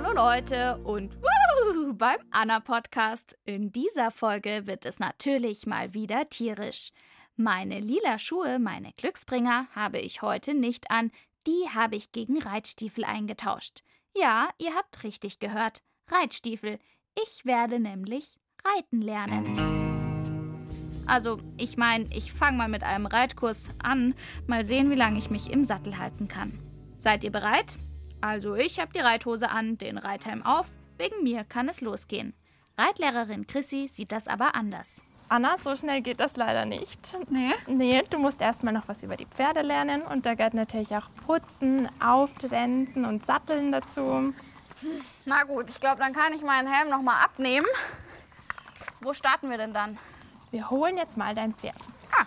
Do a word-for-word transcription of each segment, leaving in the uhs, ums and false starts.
Hallo Leute und wuhu, beim Anna-Podcast. In dieser Folge wird es natürlich mal wieder tierisch. Meine lila Schuhe, meine Glücksbringer, habe ich heute nicht an. Die habe ich gegen Reitstiefel eingetauscht. Ja, ihr habt richtig gehört. Reitstiefel. Ich werde nämlich reiten lernen. Also, ich meine, ich fange mal mit einem Reitkurs an. Mal sehen, wie lange ich mich im Sattel halten kann. Seid ihr bereit? Also, ich habe die Reithose an, den Reithelm auf. Wegen mir kann es losgehen. Reitlehrerin Chrissy sieht das aber anders. Anna, so schnell geht das leider nicht. Nee? Nee, du musst erstmal noch was über die Pferde lernen. Und da gehört natürlich auch Putzen, Auftrenzen und Satteln dazu. Na gut, ich glaube, dann kann ich meinen Helm noch mal abnehmen. Wo starten wir denn dann? Wir holen jetzt mal dein Pferd. Ah.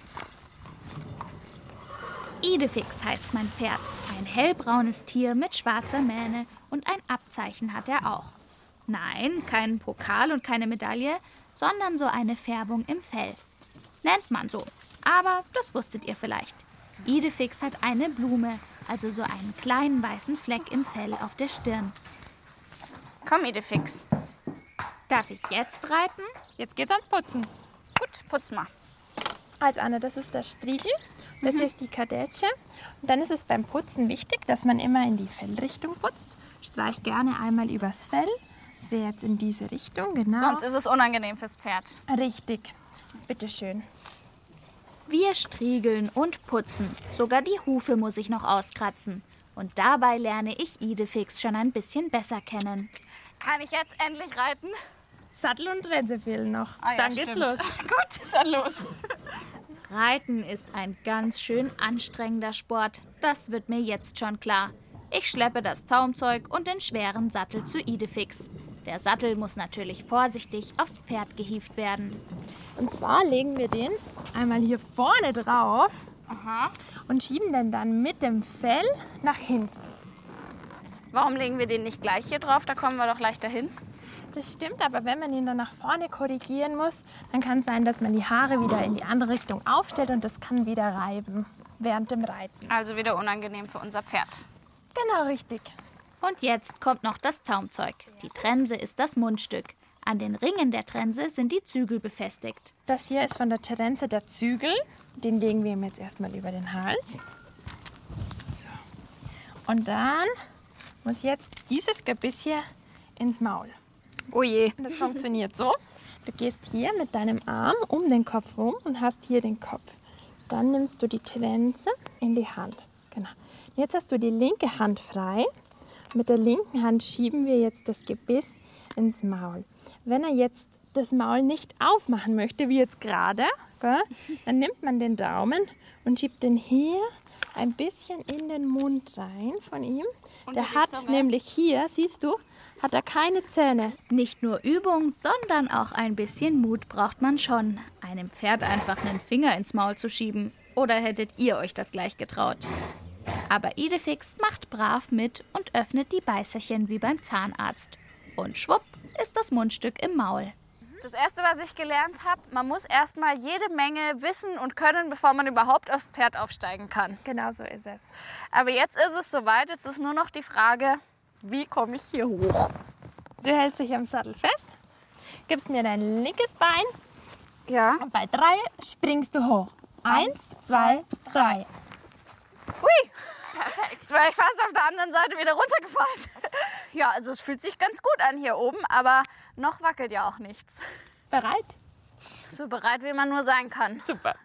Idefix heißt mein Pferd. Ein hellbraunes Tier mit schwarzer Mähne und ein Abzeichen hat er auch. Nein, keinen Pokal und keine Medaille, sondern so eine Färbung im Fell. Nennt man so. Aber das wusstet ihr vielleicht. Idefix hat eine Blume, also so einen kleinen weißen Fleck im Fell auf der Stirn. Komm, Idefix. Darf ich jetzt reiten? Jetzt geht's ans Putzen. Gut, putz mal. Also Anna, das ist der Striegel. Das Mhm. hier ist die Kadetsche. Und dann ist es beim Putzen wichtig, dass man immer in die Fellrichtung putzt. Streich gerne einmal übers Fell. Das wäre jetzt in diese Richtung, genau. Sonst ist es unangenehm fürs Pferd. Richtig. Bitteschön. Wir striegeln und putzen. Sogar die Hufe muss ich noch auskratzen. Und dabei lerne ich Idefix schon ein bisschen besser kennen. Kann ich jetzt endlich reiten? Sattel und Trense fehlen noch. Ah ja, dann geht's stimmt. los. Gut, dann los. Reiten ist ein ganz schön anstrengender Sport. Das wird mir jetzt schon klar. Ich schleppe das Zaumzeug und den schweren Sattel zu Idefix. Der Sattel muss natürlich vorsichtig aufs Pferd gehievt werden. Und zwar legen wir den einmal hier vorne drauf. Aha. Und schieben den dann mit dem Fell nach hinten. Warum legen wir den nicht gleich hier drauf? Da kommen wir doch leichter hin. Das stimmt, aber wenn man ihn dann nach vorne korrigieren muss, dann kann es sein, dass man die Haare wieder in die andere Richtung aufstellt und das kann wieder reiben während dem Reiten. Also wieder unangenehm für unser Pferd. Genau, richtig. Und jetzt kommt noch das Zaumzeug. Die Trense ist das Mundstück. An den Ringen der Trense sind die Zügel befestigt. Das hier ist von der Trense der Zügel. Den legen wir ihm jetzt erstmal über den Hals. So. Und dann muss jetzt dieses Gebiss hier ins Maul. Oh je. Und das funktioniert so. Du gehst hier mit deinem Arm um den Kopf rum und hast hier den Kopf. Dann nimmst du die Trense in die Hand. Genau. Jetzt hast du die linke Hand frei. Mit der linken Hand schieben wir jetzt das Gebiss ins Maul. Wenn er jetzt das Maul nicht aufmachen möchte, wie jetzt gerade, gell, dann nimmt man den Daumen und schiebt den hier ein bisschen in den Mund rein von ihm. Und Der die hat Zunge? nämlich hier, siehst du, hat er keine Zähne. Nicht nur Übung, sondern auch ein bisschen Mut braucht man schon. Einem Pferd einfach einen Finger ins Maul zu schieben. Oder hättet ihr euch das gleich getraut? Aber Idefix macht brav mit und öffnet die Beißerchen wie beim Zahnarzt. Und schwupp ist das Mundstück im Maul. Das Erste, was ich gelernt habe, man muss erstmal jede Menge wissen und können, bevor man überhaupt aufs Pferd aufsteigen kann. Genau so ist es. Aber jetzt ist es soweit, jetzt ist nur noch die Frage, wie komme ich hier hoch? Du hältst dich am Sattel fest, gibst mir dein linkes Bein Ja. und bei drei springst du hoch. Eins, zwei, drei. Hui! Perfekt. Jetzt wäre ich fast auf der anderen Seite wieder runtergefallen. Ja, also es fühlt sich ganz gut an hier oben, aber noch wackelt ja auch nichts. Bereit? So bereit, wie man nur sein kann. Super.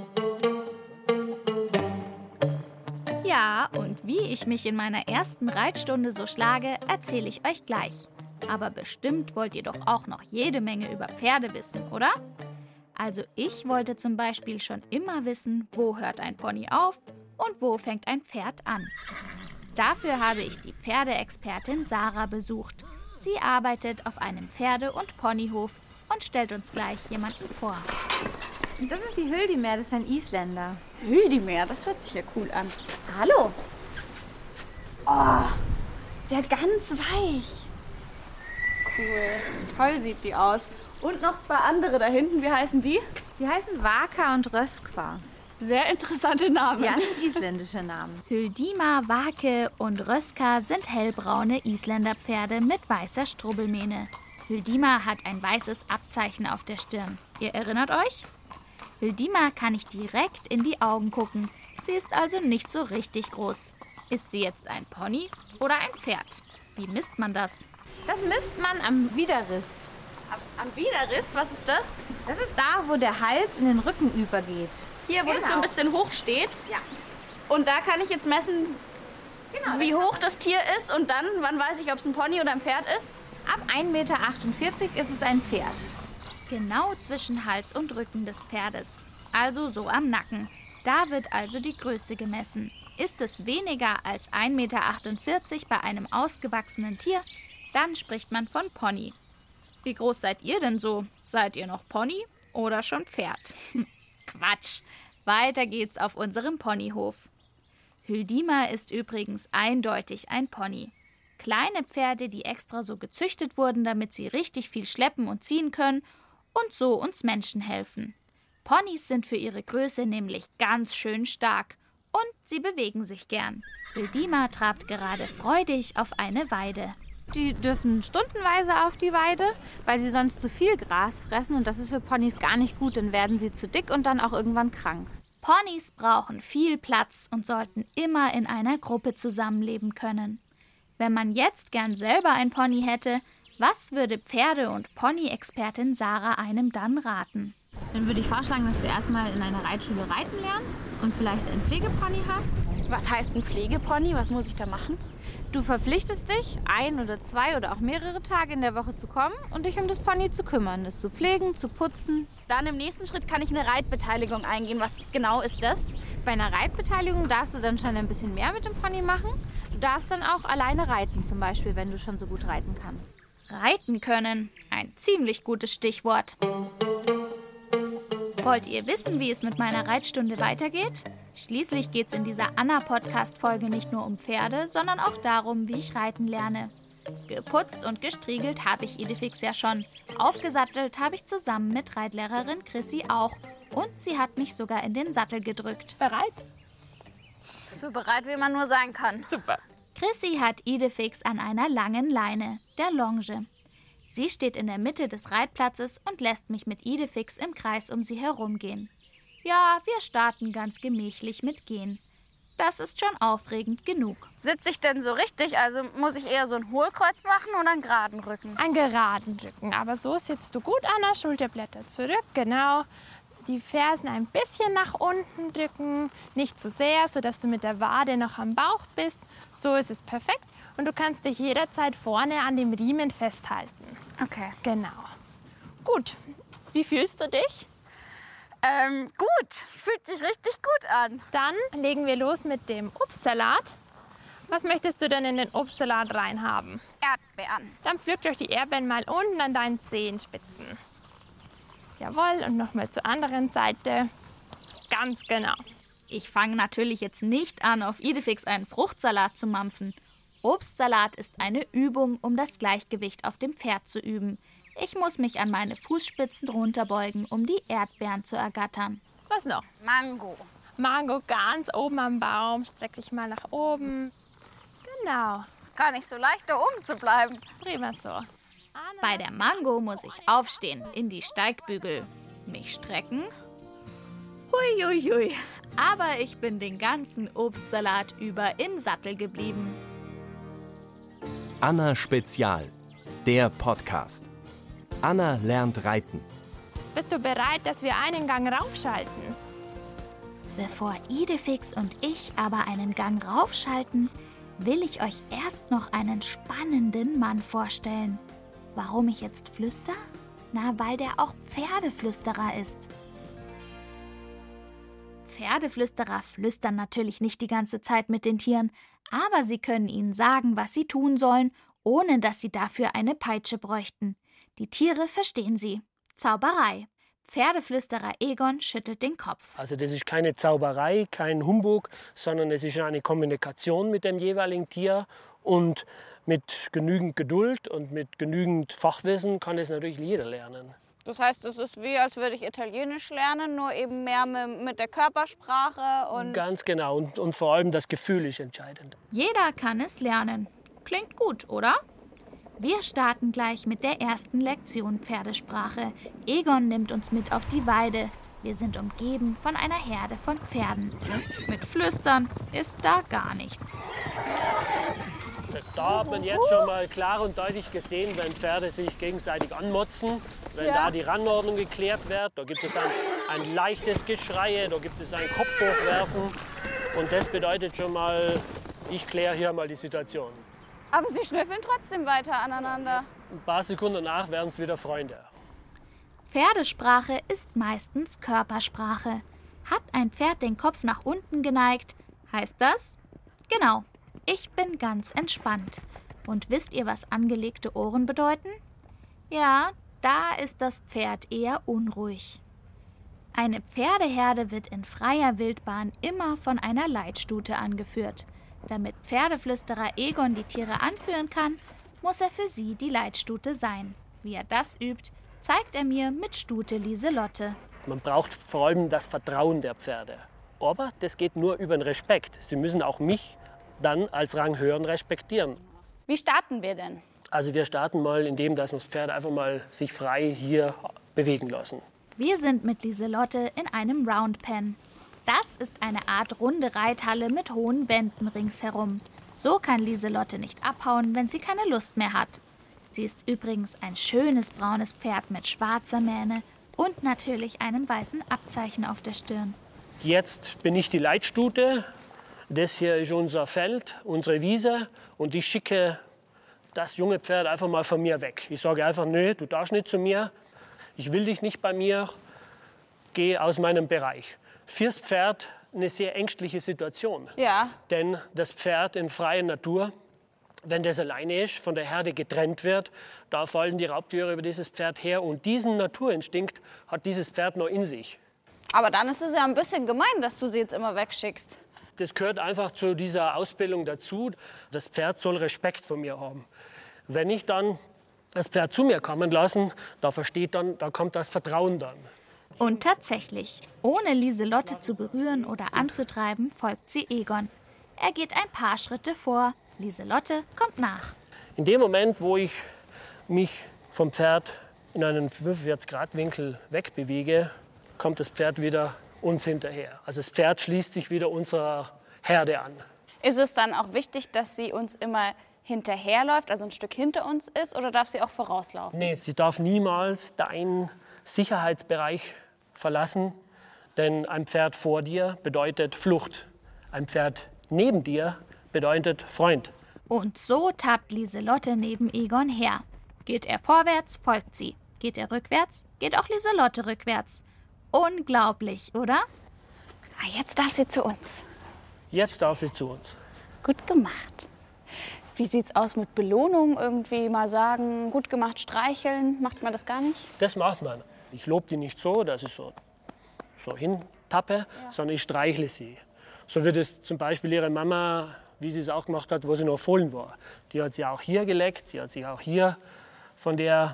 Ja, und wie ich mich in meiner ersten Reitstunde so schlage, erzähle ich euch gleich. Aber bestimmt wollt ihr doch auch noch jede Menge über Pferde wissen, oder? Also ich wollte zum Beispiel schon immer wissen, wo hört ein Pony auf und wo fängt ein Pferd an. Dafür habe ich die Pferdeexpertin Sarah besucht. Sie arbeitet auf einem Pferde- und Ponyhof und stellt uns gleich jemanden vor. Das ist die Hüldimer, das ist ein Isländer. Hüldimer, das hört sich ja cool an. Hallo. Oh, ist ja ganz weich. Cool, toll sieht die aus. Und noch zwei andere da hinten, wie heißen die? Die heißen Waka und Röskva. Sehr interessante Namen. Ja, sind isländische Namen. Huldima, Wake und Röska sind hellbraune Isländerpferde mit weißer Strubbelmähne. Huldima hat ein weißes Abzeichen auf der Stirn. Ihr erinnert euch? Huldima kann nicht direkt in die Augen gucken. Sie ist also nicht so richtig groß. Ist sie jetzt ein Pony oder ein Pferd? Wie misst man das? Das misst man am Widerrist. Am, am Widerrist, was ist das? Das ist da, wo der Hals in den Rücken übergeht. Hier, wo Genau. das so ein bisschen hoch steht. Ja. Und da kann ich jetzt messen, Genau. wie hoch das Tier ist und dann, wann weiß ich, ob es ein Pony oder ein Pferd ist? Ab ein Meter achtundvierzig ist es ein Pferd. Genau zwischen Hals und Rücken des Pferdes. Also so am Nacken. Da wird also die Größe gemessen. Ist es weniger als ein Meter achtundvierzig bei einem ausgewachsenen Tier, dann spricht man von Pony. Wie groß seid ihr denn so? Seid ihr noch Pony oder schon Pferd? Quatsch. Weiter geht's auf unserem Ponyhof. Huldima ist übrigens eindeutig ein Pony. Kleine Pferde, die extra so gezüchtet wurden, damit sie richtig viel schleppen und ziehen können und so uns Menschen helfen. Ponys sind für ihre Größe nämlich ganz schön stark und sie bewegen sich gern. Huldima trabt gerade freudig auf eine Weide. Die dürfen stundenweise auf die Weide, weil sie sonst zu viel Gras fressen. Und das ist für Ponys gar nicht gut, dann werden sie zu dick und dann auch irgendwann krank. Ponys brauchen viel Platz und sollten immer in einer Gruppe zusammenleben können. Wenn man jetzt gern selber ein Pony hätte, was würde Pferde- und Pony-Expertin Sarah einem dann raten? Dann würde ich vorschlagen, dass du erstmal in einer Reitschule reiten lernst und vielleicht einen Pflegepony hast. Was heißt ein Pflegepony? Was muss ich da machen? Du verpflichtest dich, ein oder zwei oder auch mehrere Tage in der Woche zu kommen und dich um das Pony zu kümmern, es zu pflegen, zu putzen. Dann im nächsten Schritt kann ich eine Reitbeteiligung eingehen. Was genau ist das? Bei einer Reitbeteiligung darfst du dann schon ein bisschen mehr mit dem Pony machen. Du darfst dann auch alleine reiten, zum Beispiel, wenn du schon so gut reiten kannst. Reiten können. Ein ziemlich gutes Stichwort. Wollt ihr wissen, wie es mit meiner Reitstunde weitergeht? Schließlich geht es in dieser Anna-Podcast-Folge nicht nur um Pferde, sondern auch darum, wie ich reiten lerne. Geputzt und gestriegelt habe ich Idefix ja schon. Aufgesattelt habe ich zusammen mit Reitlehrerin Chrissy auch. Und sie hat mich sogar in den Sattel gedrückt. Bereit? So bereit, wie man nur sein kann. Super. Chrissy hat Idefix an einer langen Leine, der Longe. Sie steht in der Mitte des Reitplatzes und lässt mich mit Idefix im Kreis um sie herumgehen. Ja, wir starten ganz gemächlich mit Gehen. Das ist schon aufregend genug. Sitze ich denn so richtig? Also muss ich eher so ein Hohlkreuz machen oder einen geraden Rücken? Einen geraden Rücken. Aber so sitzt du gut, Anna. Schulterblätter zurück, genau. Die Fersen ein bisschen nach unten drücken, nicht zu sehr, sodass du mit der Wade noch am Bauch bist. So ist es perfekt. Und du kannst dich jederzeit vorne an dem Riemen festhalten. Okay. Genau. Gut. Wie fühlst du dich? Ähm, gut. Es fühlt sich richtig gut an. Dann legen wir los mit dem Obstsalat. Was möchtest du denn in den Obstsalat reinhaben? Erdbeeren. Dann pflück doch die Erdbeeren mal unten an deinen Zehenspitzen. Jawohl, und nochmal zur anderen Seite. Ganz genau. Ich fange natürlich jetzt nicht an, auf Idefix einen Fruchtsalat zu mampfen. Obstsalat ist eine Übung, um das Gleichgewicht auf dem Pferd zu üben. Ich muss mich an meine Fußspitzen runterbeugen, um die Erdbeeren zu ergattern. Was noch? Mango. Mango ganz oben am Baum. Streck dich mal nach oben. Genau. Gar nicht so leicht, da oben zu bleiben. Prima so. Bei der Mango muss ich aufstehen, in die Steigbügel, mich strecken. Hui, hui, hui. Aber ich bin den ganzen Obstsalat über im Sattel geblieben. Anna Spezial, der Podcast. Anna lernt reiten. Bist du bereit, dass wir einen Gang raufschalten? Bevor Idefix und ich aber einen Gang raufschalten, will ich euch erst noch einen spannenden Mann vorstellen. Warum ich jetzt flüster? Na, weil der auch Pferdeflüsterer ist. Pferdeflüsterer flüstern natürlich nicht die ganze Zeit mit den Tieren, aber sie können ihnen sagen, was sie tun sollen, ohne dass sie dafür eine Peitsche bräuchten. Die Tiere verstehen sie. Zauberei. Pferdeflüsterer Egon schüttelt den Kopf. Also das ist keine Zauberei, kein Humbug, sondern es ist eine Kommunikation mit dem jeweiligen Tier und mit genügend Geduld und mit genügend Fachwissen kann es natürlich jeder lernen. Das heißt, es ist wie, als würde ich Italienisch lernen, nur eben mehr mit, mit der Körpersprache. Und Ganz genau. Und, und vor allem das Gefühl ist entscheidend. Jeder kann es lernen. Klingt gut, oder? Wir starten gleich mit der ersten Lektion Pferdesprache. Egon nimmt uns mit auf die Weide. Wir sind umgeben von einer Herde von Pferden. Mit Flüstern ist da gar nichts. Da hat man jetzt schon mal klar und deutlich gesehen, wenn Pferde sich gegenseitig anmotzen, wenn Ja. da die Rangordnung geklärt wird. Da gibt es ein, ein leichtes Geschrei, da gibt es ein Kopf hochwerfen. Und das bedeutet schon mal, ich kläre hier mal die Situation. Aber sie schnüffeln trotzdem weiter aneinander. Ein paar Sekunden danach werden es wieder Freunde. Pferdesprache ist meistens Körpersprache. Hat ein Pferd den Kopf nach unten geneigt, heißt das? Genau, ich bin ganz entspannt. Und wisst ihr, was angelegte Ohren bedeuten? Ja, da ist das Pferd eher unruhig. Eine Pferdeherde wird in freier Wildbahn immer von einer Leitstute angeführt. Damit Pferdeflüsterer Egon die Tiere anführen kann, muss er für sie die Leitstute sein. Wie er das übt, zeigt er mir mit Stute Lieselotte. Man braucht vor allem das Vertrauen der Pferde. Aber das geht nur über den Respekt. Sie müssen auch mich dann als Ranghöheren respektieren. Wie starten wir denn? Also wir starten mal, indem dass wir das Pferd einfach mal sich frei hier bewegen lassen. Wir sind mit Lieselotte in einem Roundpen. Das ist eine Art runde Reithalle mit hohen Wänden ringsherum. So kann Lieselotte nicht abhauen, wenn sie keine Lust mehr hat. Sie ist übrigens ein schönes braunes Pferd mit schwarzer Mähne und natürlich einem weißen Abzeichen auf der Stirn. Jetzt bin ich die Leitstute. Das hier ist unser Feld, unsere Wiese. Und ich schicke das junge Pferd einfach mal von mir weg. Ich sage einfach, nö, du darfst nicht zu mir. Ich will dich nicht bei mir. Geh aus meinem Bereich. Fürs Pferd eine sehr ängstliche Situation. Ja. Denn das Pferd in freier Natur, wenn das alleine ist, von der Herde getrennt wird, da fallen die Raubtiere über dieses Pferd her. Und diesen Naturinstinkt hat dieses Pferd noch in sich. Aber dann ist es ja ein bisschen gemein, dass du sie jetzt immer wegschickst. Das gehört einfach zu dieser Ausbildung dazu. Das Pferd soll Respekt vor mir haben. Wenn ich dann das Pferd zu mir kommen lassen, da versteht dann, da kommt das Vertrauen dann. Und tatsächlich, ohne Lieselotte zu berühren oder anzutreiben, folgt sie Egon. Er geht ein paar Schritte vor, Lieselotte kommt nach. In dem Moment, wo ich mich vom Pferd in einen fünfundvierzig Grad Winkel wegbewege, kommt das Pferd wieder uns hinterher. Also das Pferd schließt sich wieder unserer Herde an. Ist es dann auch wichtig, dass sie uns immer hinterherläuft, also ein Stück hinter uns ist, oder darf sie auch vorauslaufen? Nee, sie darf niemals deinen Sicherheitsbereich verlassen, denn ein Pferd vor dir bedeutet Flucht. Ein Pferd neben dir bedeutet Freund. Und so tappt Lieselotte neben Egon her. Geht er vorwärts, folgt sie. Geht er rückwärts, geht auch Lieselotte rückwärts. Unglaublich, oder? Ah, jetzt darf sie zu uns. Jetzt darf sie zu uns. Gut gemacht. Wie sieht's aus mit Belohnung? Irgendwie mal sagen, gut gemacht, streicheln. Macht man das gar nicht? Das macht man. Ich lobe die nicht so, dass ich so, so hintappe, ja. sondern ich streichle sie. So wird es zum Beispiel ihre Mama, wie sie es auch gemacht hat, wo sie noch Fohlen war. Die hat sie auch hier geleckt, sie hat sich auch hier von der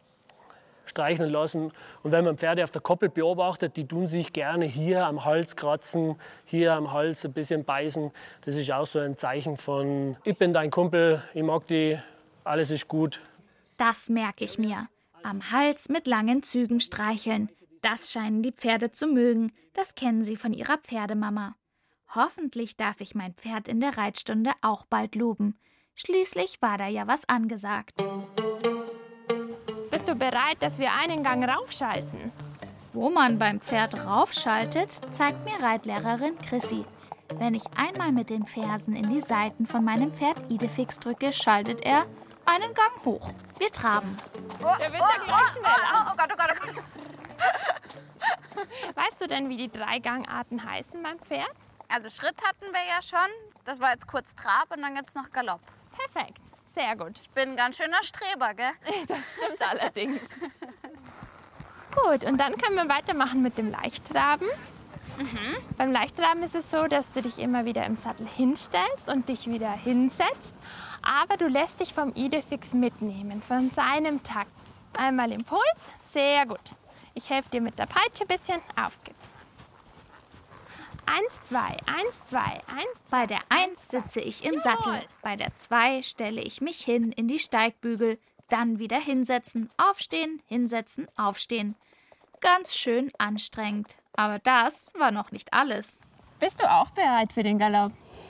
streicheln lassen. Und wenn man Pferde auf der Koppel beobachtet, die tun sich gerne hier am Hals kratzen, hier am Hals ein bisschen beißen. Das ist auch so ein Zeichen von, ich bin dein Kumpel, ich mag dich, alles ist gut. Das merke ich mir. Am Hals mit langen Zügen streicheln. Das scheinen die Pferde zu mögen. Das kennen sie von ihrer Pferdemama. Hoffentlich darf ich mein Pferd in der Reitstunde auch bald loben. Schließlich war da ja was angesagt. Bist du bereit, dass wir einen Gang raufschalten? Wo man beim Pferd raufschaltet, zeigt mir Reitlehrerin Chrissy. Wenn ich einmal mit den Fersen in die Seiten von meinem Pferd Idefix drücke, schaltet er einen Gang hoch. Wir traben. Der wird ja gleich schneller. Oh Gott, oh Gott, oh Gott. Weißt du denn, wie die drei Gangarten heißen beim Pferd? Also Schritt hatten wir ja schon. Das war jetzt kurz Trab und dann gibt es noch Galopp. Perfekt, sehr gut. Ich bin ein ganz schöner Streber, gell? Das stimmt allerdings. Gut, und dann können wir weitermachen mit dem Leichttraben. Mhm. Beim Leichttraben ist es so, dass du dich immer wieder im Sattel hinstellst und dich wieder hinsetzt. Aber du lässt dich vom Idefix mitnehmen, von seinem Takt. Einmal Impuls. Sehr gut. Ich helfe dir mit der Peitsche ein bisschen. Auf geht's. Eins, zwei, eins, zwei, eins. Bei der Eins sitze ich im Sattel. Bei der Zwei stelle ich mich hin in die Steigbügel. Dann wieder hinsetzen, aufstehen, hinsetzen, aufstehen. Ganz schön anstrengend. Aber das war noch nicht alles. Bist du auch bereit für den Galopp?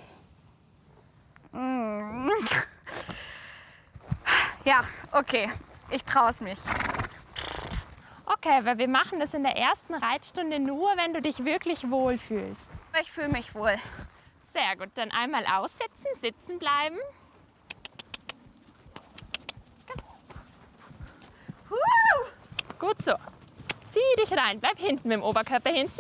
Ja, okay. Ich traue es mich. Okay, weil wir machen das in der ersten Reitstunde nur, wenn du dich wirklich wohlfühlst. Ich fühle mich wohl. Sehr gut, dann einmal aussetzen, sitzen bleiben. Gut so. Zieh dich rein, bleib hinten mit dem Oberkörper hinten.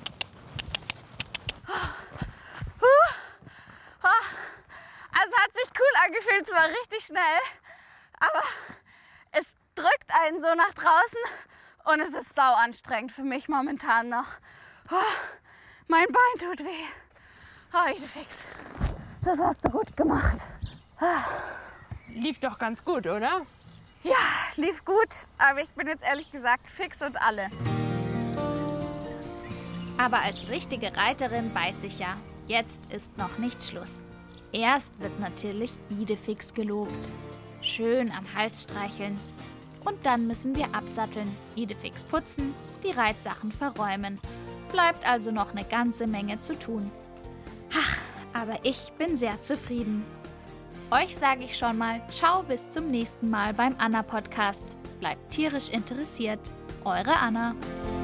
Also es hat sich cool angefühlt, zwar richtig schnell, aber es drückt einen so nach draußen und es ist sau anstrengend für mich momentan noch. Oh, mein Bein tut weh. Oh, Idefix, das hast du gut gemacht. Lief doch ganz gut, oder? Ja, lief gut, aber ich bin jetzt ehrlich gesagt fix und alle. Aber als richtige Reiterin weiß ich ja, jetzt ist noch nicht Schluss. Erst wird natürlich Idefix gelobt. Schön am Hals streicheln. Und dann müssen wir absatteln, Idefix putzen, die Reitsachen verräumen. Bleibt also noch eine ganze Menge zu tun. Ach, aber ich bin sehr zufrieden. Euch sage ich schon mal ciao, bis zum nächsten Mal beim Anna-Podcast. Bleibt tierisch interessiert. Eure Anna.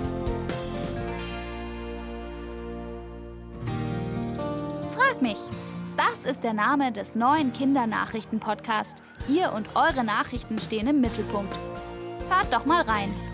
Frag mich. Das ist der Name des neuen Kindernachrichten-Podcasts. Ihr und eure Nachrichten stehen im Mittelpunkt. Hört doch mal rein.